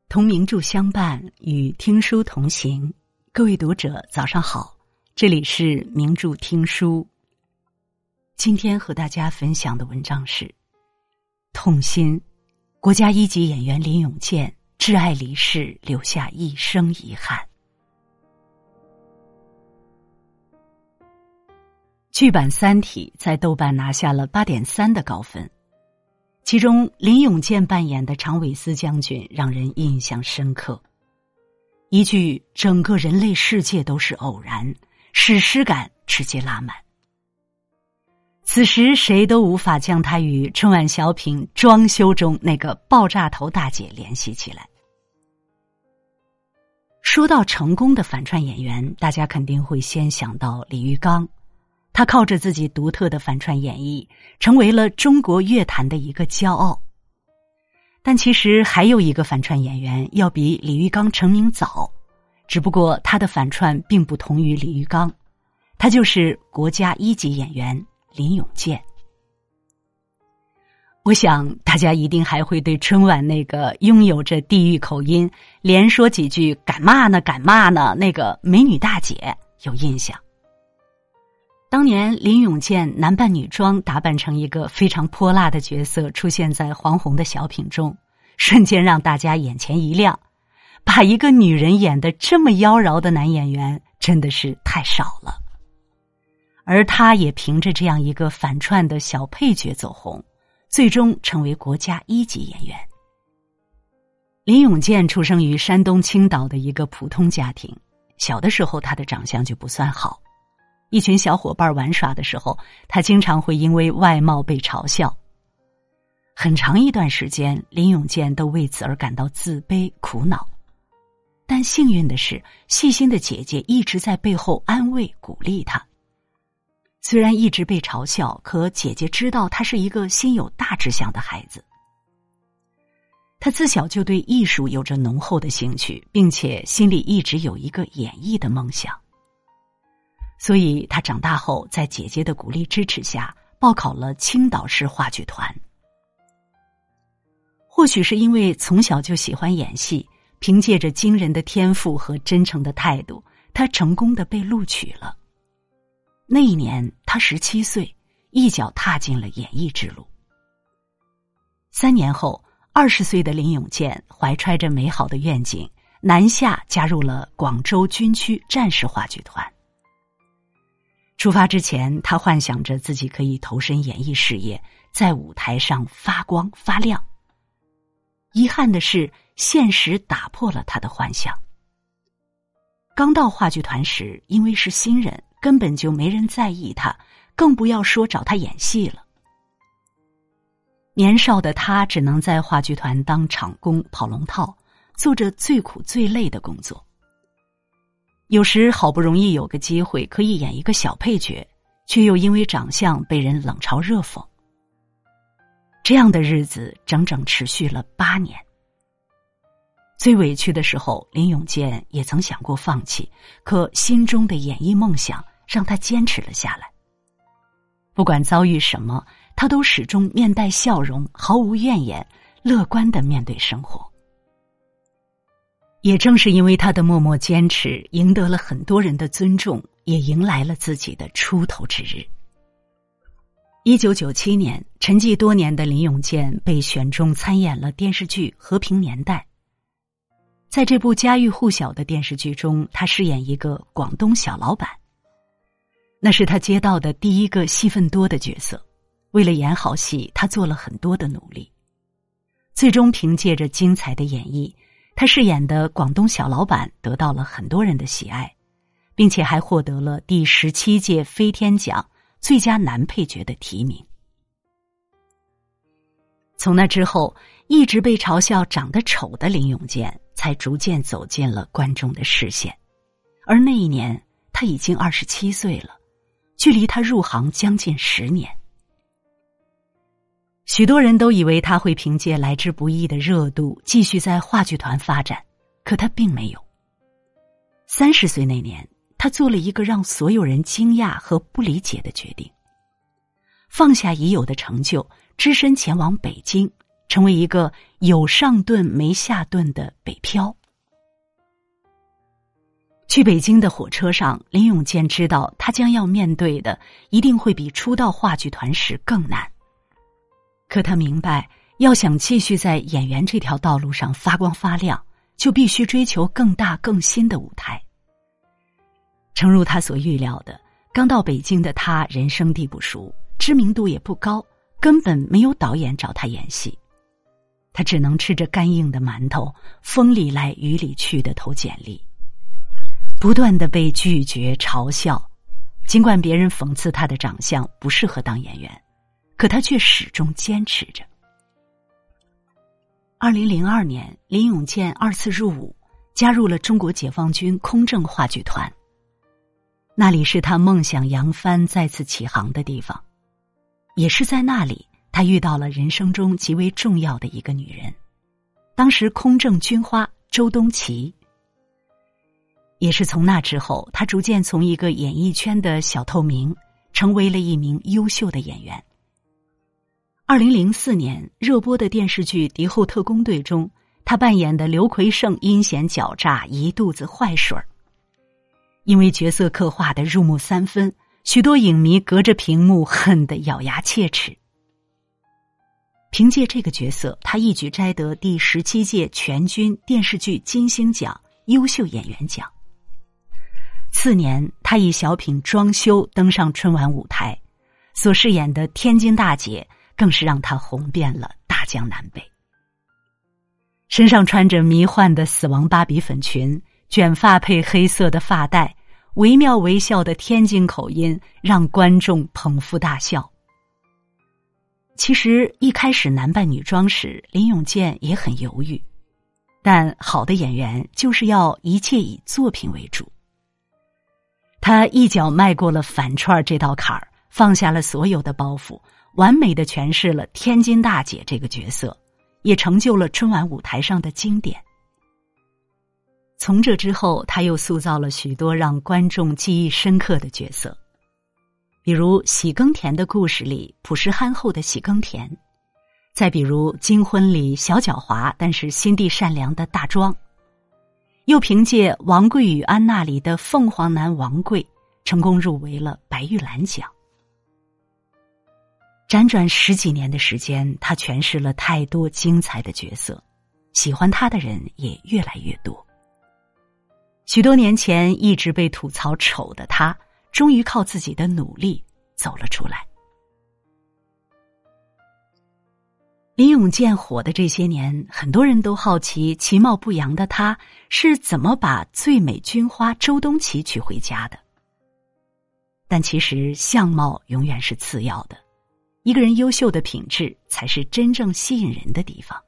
同名著相伴，与听书同行。各位读者早上好，这里是名著听书。今天和大家分享的文章是痛心，国家一级演员林永健挚爱离世，留下一生遗憾。剧版《三体》在豆瓣拿下了 8.3 的高分，其中林永健扮演的常伟思将军让人印象深刻。一句整个人类世界都是偶然，史诗感直接拉满。此时谁都无法将他与春晚小品《装修》中那个爆炸头大姐联系起来。说到成功的反串演员，大家肯定会先想到李玉刚，他靠着自己独特的反串演绎，成为了中国乐坛的一个骄傲。但其实还有一个反串演员要比李玉刚成名早，只不过他的反串并不同于李玉刚，他就是国家一级演员林永健。我想大家一定还会对春晚那个拥有着地域口音，连说几句敢骂呢敢骂呢那个美女大姐有印象。当年林永健男扮女装，打扮成一个非常泼辣的角色，出现在黄宏的小品中，瞬间让大家眼前一亮。把一个女人演得这么妖娆的男演员真的是太少了。而他也凭着这样一个反串的小配角走红，最终成为国家一级演员。林永健出生于山东青岛的一个普通家庭，小的时候他的长相就不算好。一群小伙伴玩耍的时候，他经常会因为外貌被嘲笑。很长一段时间，林永健都为此而感到自卑苦恼。但幸运的是，细心的姐姐一直在背后安慰鼓励他。虽然一直被嘲笑，可姐姐知道他是一个心有大志向的孩子。他自小就对艺术有着浓厚的兴趣，并且心里一直有一个演艺的梦想。所以他长大后在姐姐的鼓励支持下，报考了青岛市话剧团。或许是因为从小就喜欢演戏，凭借着惊人的天赋和真诚的态度，他成功地被录取了。那一年他17岁，一脚踏进了演艺之路。3年后，20岁的林永健怀揣着美好的愿景，南下加入了广州军区战士话剧团。出发之前，他幻想着自己可以投身演艺事业，在舞台上发光发亮。遗憾的是，现实打破了他的幻想。刚到话剧团时，因为是新人，根本就没人在意他，更不要说找他演戏了。年少的他只能在话剧团当场工跑龙套，做着最苦最累的工作。有时好不容易有个机会可以演一个小配角，却又因为长相被人冷嘲热讽。这样的日子整整持续了8年。最委屈的时候，林永健也曾想过放弃，可心中的演艺梦想让他坚持了下来。不管遭遇什么，他都始终面带笑容，毫无怨言，乐观地面对生活。也正是因为他的默默坚持，赢得了很多人的尊重，也迎来了自己的出头之日。1997年，沉寂多年的林永健被选中参演了电视剧《和平年代》。在这部家喻户晓的电视剧中，他饰演一个广东小老板。那是他接到的第一个戏份多的角色，为了演好戏，他做了很多的努力。最终凭借着精彩的演绎，他饰演的广东小老板得到了很多人的喜爱，并且还获得了第17届飞天奖最佳男配角的提名。从那之后，一直被嘲笑长得丑的林永健才逐渐走进了观众的视线。而那一年他已经27岁了，距离他入行将近10年。许多人都以为他会凭借来之不易的热度继续在话剧团发展，可他并没有。30岁那年，他做了一个让所有人惊讶和不理解的决定，放下已有的成就，只身前往北京， 成为一个有上顿没下顿的北漂。去北京的火车上，林永健知道他将要面对的一定会比出道话剧团时更难。可他明白，要想继续在演员这条道路上发光发亮，就必须追求更大更新的舞台。诚如他所预料的，刚到北京的他人生地不熟，知名度也不高，根本没有导演找他演戏。他只能吃着干硬的馒头，风里来雨里去的投简历，不断的被拒绝嘲笑。尽管别人讽刺他的长相不适合当演员，可他却始终坚持着。2002年，林永健2次入伍，加入了中国解放军空政话剧团。那里是他梦想扬帆再次起航的地方，也是在那里他遇到了人生中极为重要的一个女人，当时空政军花周冬琪。也是从那之后，他逐渐从一个演艺圈的小透明，成为了一名优秀的演员。2004年热播的电视剧《敌后特工队》中，他扮演的刘奎胜阴险狡诈，一肚子坏水儿。因为角色刻画的入木三分，许多影迷隔着屏幕恨得咬牙切齿。凭借这个角色，他一举摘得第17届全军电视剧金星奖优秀演员奖。次年，他以小品《装修》登上春晚舞台，所饰演的天津大姐更是让他红遍了大江南北。身上穿着迷幻的死亡芭比粉裙，卷发配黑色的发带，惟妙惟肖的天津口音让观众捧腹大笑。其实一开始男扮女装时，林永健也很犹豫，但好的演员就是要一切以作品为主。他一脚迈过了反串这道坎儿，放下了所有的包袱，完美的诠释了天津大姐这个角色，也成就了春晚舞台上的经典。从这之后，他又塑造了许多让观众记忆深刻的角色，比如《喜耕田的故事》里朴实憨厚的喜耕田，再比如《金婚》里小狡猾但是心地善良的大庄，又凭借《王贵与安娜》里的凤凰男王贵，成功入围了白玉兰奖。辗转10几年的时间，他诠释了太多精彩的角色，喜欢他的人也越来越多。许多年前一直被吐槽丑的他，终于靠自己的努力走了出来。林永健火的这些年，很多人都好奇其貌不扬的他是怎么把最美军花周冬琪娶回家的。但其实相貌永远是次要的，一个人优秀的品质才是真正吸引人的地方。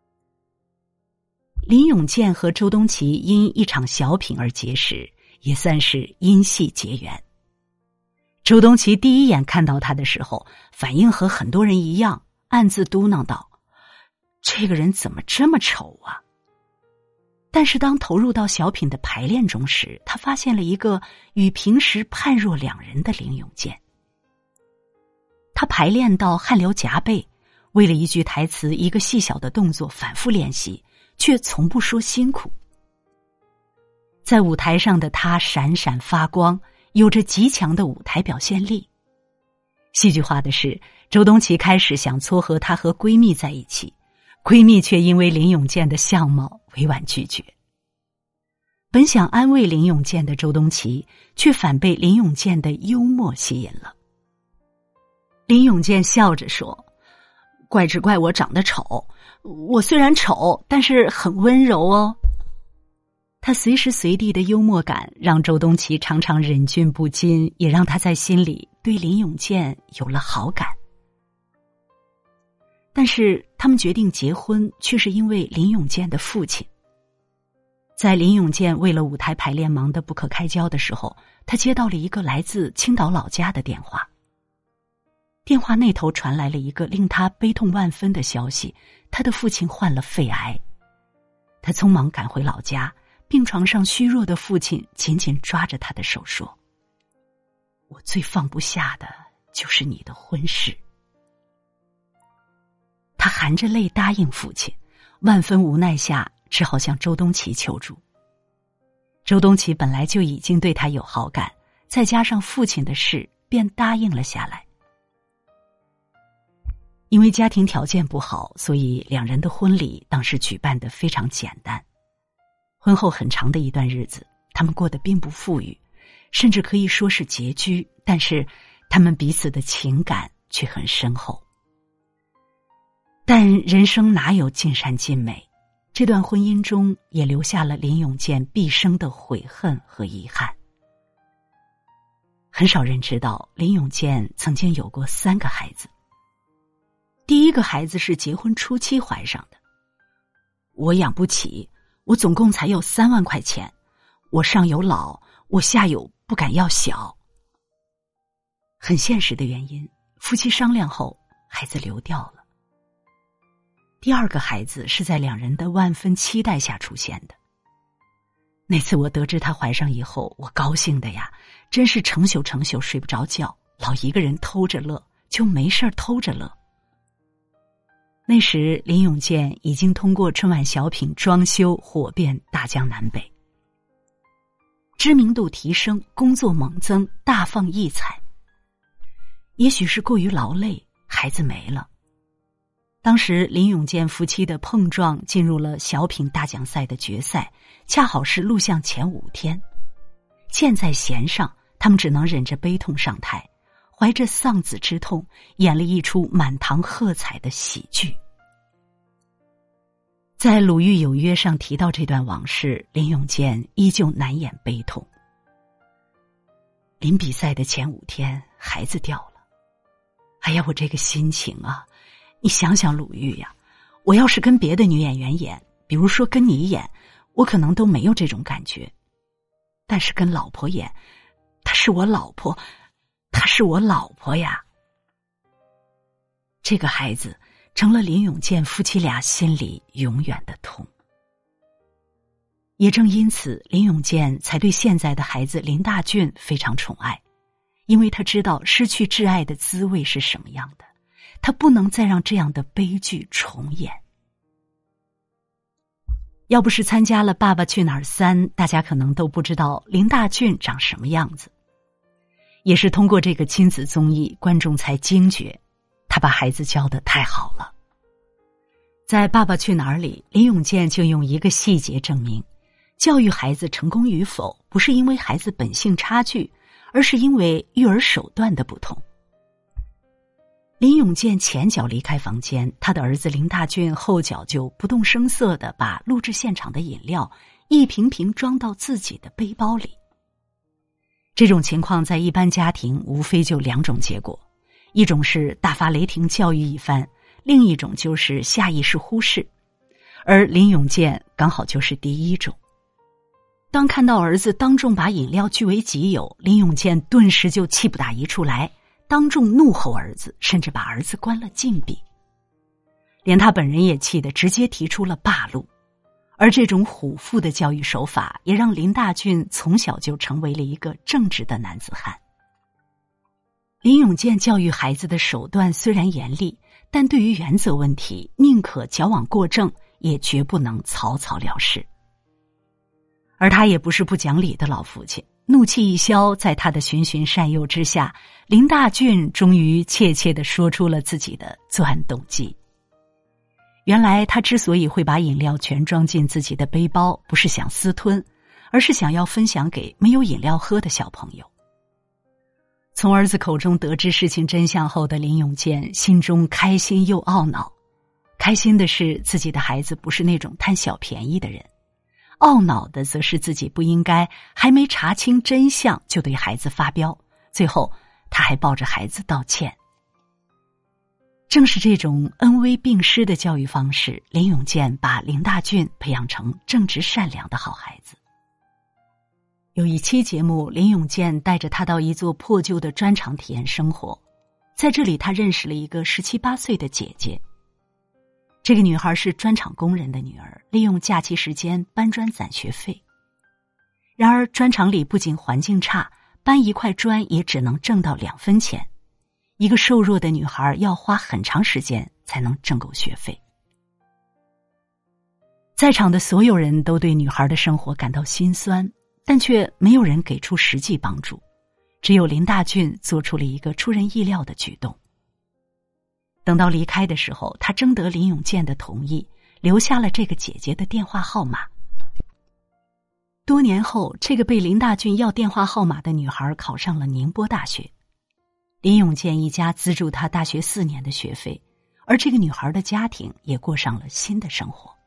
林永健和周冬琪因一场小品而结识，也算是因戏结缘。周冬琪第一眼看到他的时候，反应和很多人一样，暗自嘟囔道：“这个人怎么这么丑啊？”但是当投入到小品的排练中时，他发现了一个与平时判若两人的林永健。他排练到汗流浃背，为了一句台词一个细小的动作反复练习，却从不说辛苦。在舞台上的他闪闪发光，有着极强的舞台表现力。戏剧化的是，周冬琪开始想撮合她和闺蜜在一起，闺蜜却因为林永健的相貌委婉拒绝。本想安慰林永健的周冬琪，却反被林永健的幽默吸引了。林永健笑着说：“怪只怪我长得丑，我虽然丑，但是很温柔哦。”他随时随地的幽默感让周冬琪常常忍俊不禁，也让他在心里对林永健有了好感。但是他们决定结婚，却是因为林永健的父亲。在林永健为了舞台排练忙得不可开交的时候，他接到了一个来自青岛老家的电话。电话那头传来了一个令他悲痛万分的消息，他的父亲患了肺癌。他匆忙赶回老家，病床上虚弱的父亲紧紧抓着他的手说：“我最放不下的就是你的婚事。”他含着泪答应父亲，万分无奈下只好向周东齐求助。周东齐本来就已经对他有好感，再加上父亲的事，便答应了下来。因为家庭条件不好，所以两人的婚礼当时举办得非常简单。婚后很长的一段日子，他们过得并不富裕，甚至可以说是拮据，但是他们彼此的情感却很深厚。但人生哪有尽善尽美，这段婚姻中也留下了林永健毕生的悔恨和遗憾。很少人知道林永健曾经有过3个孩子。第一个孩子是结婚初期怀上的。我养不起，我总共才有3万块钱，我上有老，我下有不敢要小。很现实的原因，夫妻商量后，孩子流掉了。第2个孩子是在两人的万分期待下出现的。那次我得知她怀上以后，我高兴的呀，真是成宿睡不着觉，老一个人偷着乐，就没事偷着乐。那时林永健已经通过春晚小品装修火遍大江南北，知名度提升，工作猛增，大放异彩。也许是过于劳累，孩子没了。当时林永健夫妻的碰撞进入了小品大奖赛的决赛，恰好是录像前5天。箭在弦上，他们只能忍着悲痛上台，怀着丧子之痛，演了一出满堂喝彩的喜剧。在《鲁豫有约》上提到这段往事，林永健依旧难掩悲痛。临比赛的前5天，孩子掉了。哎呀，我这个心情啊！你想想鲁豫呀，我要是跟别的女演员演，比如说跟你演，我可能都没有这种感觉。但是跟老婆演，她是我老婆，她是我老婆呀。这个孩子成了林永健夫妻俩心里永远的痛。也正因此，林永健才对现在的孩子林大俊非常宠爱，因为他知道失去挚爱的滋味是什么样的，他不能再让这样的悲剧重演。要不是参加了《爸爸去哪儿3》，大家可能都不知道林大俊长什么样子。也是通过这个亲子综艺，观众才惊觉他把孩子教得太好了。在《爸爸去哪儿》里，林永健就用一个细节证明，教育孩子成功与否，不是因为孩子本性差距，而是因为育儿手段的不同。林永健前脚离开房间，他的儿子林大俊后脚就不动声色地把录制现场的饮料一瓶瓶装到自己的背包里。这种情况在一般家庭无非就2种结果，一种是大发雷霆教育一番，另一种就是下意识忽视，而林永健刚好就是第一种。当看到儿子当众把饮料据为己有，林永健顿时就气不打一处来，当众怒吼儿子，甚至把儿子关了禁闭。连他本人也气得直接提出了罢录。而这种虎父的教育手法，也让林大俊从小就成为了一个正直的男子汉。林永健教育孩子的手段虽然严厉，但对于原则问题，宁可矫枉过正，也绝不能草草了事。而他也不是不讲理的老父亲，怒气一消，在他的循循善诱之下，林大俊终于切切地说出了自己的作案动机。原来他之所以会把饮料全装进自己的背包，不是想私吞，而是想要分享给没有饮料喝的小朋友。从儿子口中得知事情真相后的林永健心中开心又懊恼。开心的是自己的孩子不是那种贪小便宜的人，懊恼的则是自己不应该还没查清真相就对孩子发飙，最后他还抱着孩子道歉。正是这种恩威并施的教育方式，林永健把林大俊培养成正直善良的好孩子。有一期节目，林永健带着他到一座破旧的砖厂体验生活，在这里他认识了一个17、18岁的姐姐。这个女孩是砖厂工人的女儿，利用假期时间搬砖攒学费。然而砖厂里不仅环境差，搬一块砖也只能挣到2分钱。一个瘦弱的女孩要花很长时间才能挣够学费。在场的所有人都对女孩的生活感到心酸，但却没有人给出实际帮助，只有林大俊做出了一个出人意料的举动。等到离开的时候，他征得林永健的同意，留下了这个姐姐的电话号码。多年后，这个被林大俊要电话号码的女孩考上了宁波大学，林永健一家资助她大学4年的学费，而这个女孩的家庭也过上了新的生活。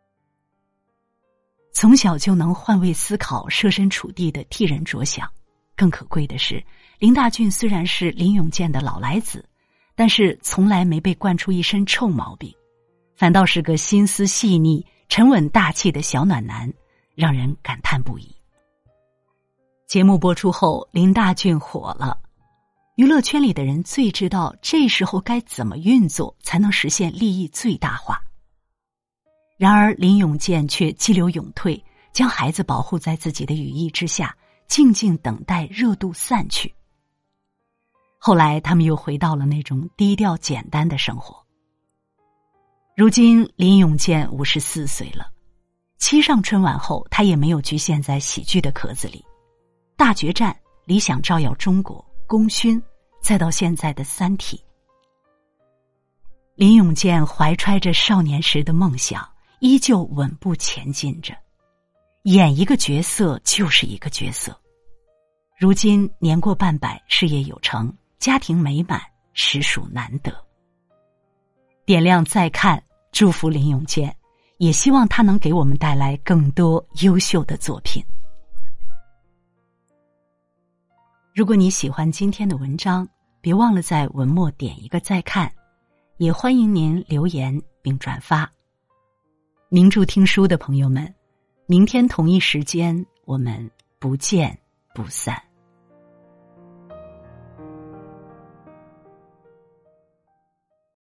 从小就能换位思考、设身处地地替人着想，更可贵的是，林大俊虽然是林永健的老来子，但是从来没被惯出一身臭毛病，反倒是个心思细腻、沉稳大气的小暖男，让人感叹不已。节目播出后，林大俊火了，娱乐圈里的人最知道这时候该怎么运作才能实现利益最大化。然而林永健却激流勇退，将孩子保护在自己的羽翼之下，静静等待热度散去。后来他们又回到了那种低调简单的生活。如今林永健54岁了，7上春晚后，他也没有局限在喜剧的壳子里。大决战、理想照耀中国、功勋，再到现在的3体。林永健怀揣着少年时的梦想，依旧稳步前进着，演一个角色就是一个角色。如今年过半百，事业有成，家庭美满，实属难得。点亮再看，祝福林永健，也希望他能给我们带来更多优秀的作品。如果你喜欢今天的文章，别忘了在文末点一个再看，也欢迎您留言并转发。名著听书的朋友们，明天同一时间我们不见不散。